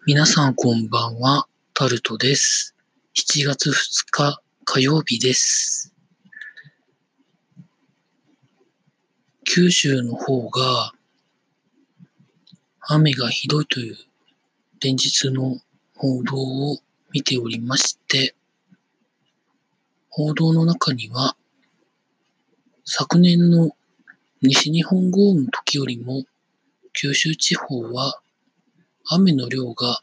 皆さんこんばんは、タルトです。7月2日火曜日です。九州の方が雨がひどいという連日の報道を見ておりまして、報道の中には昨年の西日本豪雨の時よりも九州地方は雨の量が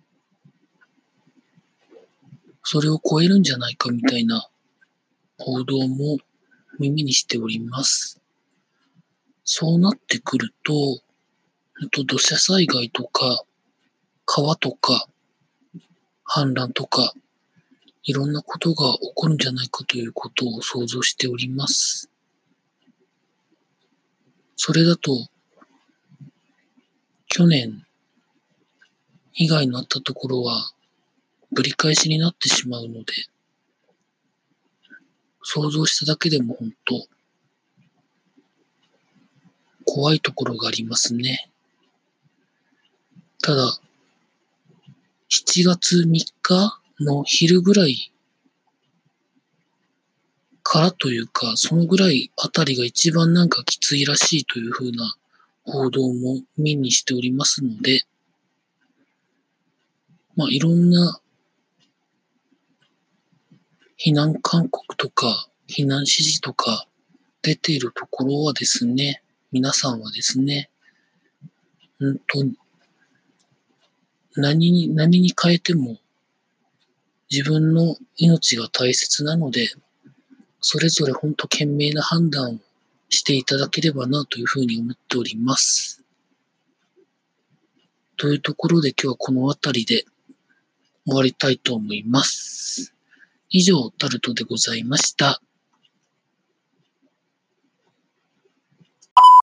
それを超えるんじゃないかみたいな報道も耳にしております。そうなってくると、土砂災害とか川とか氾濫とかいろんなことが起こるんじゃないかということを想像しております。それだと去年被害のあったところはぶり返しになってしまうので、想像しただけでも本当怖いところがありますね。ただ、7月3日の昼ぐらいからというか、そのぐらいあたりが一番なんかきついらしいというふうな報道も目にしておりますので、いろんな避難勧告とか避難指示とか出ているところはですね、皆さんはですね、本当に何に変えても自分の命が大切なので、それぞれ本当賢明な判断をしていただければなというふうに思っております。というところで今日はこの辺りで終わりたいと思います。以上、タルトでございました。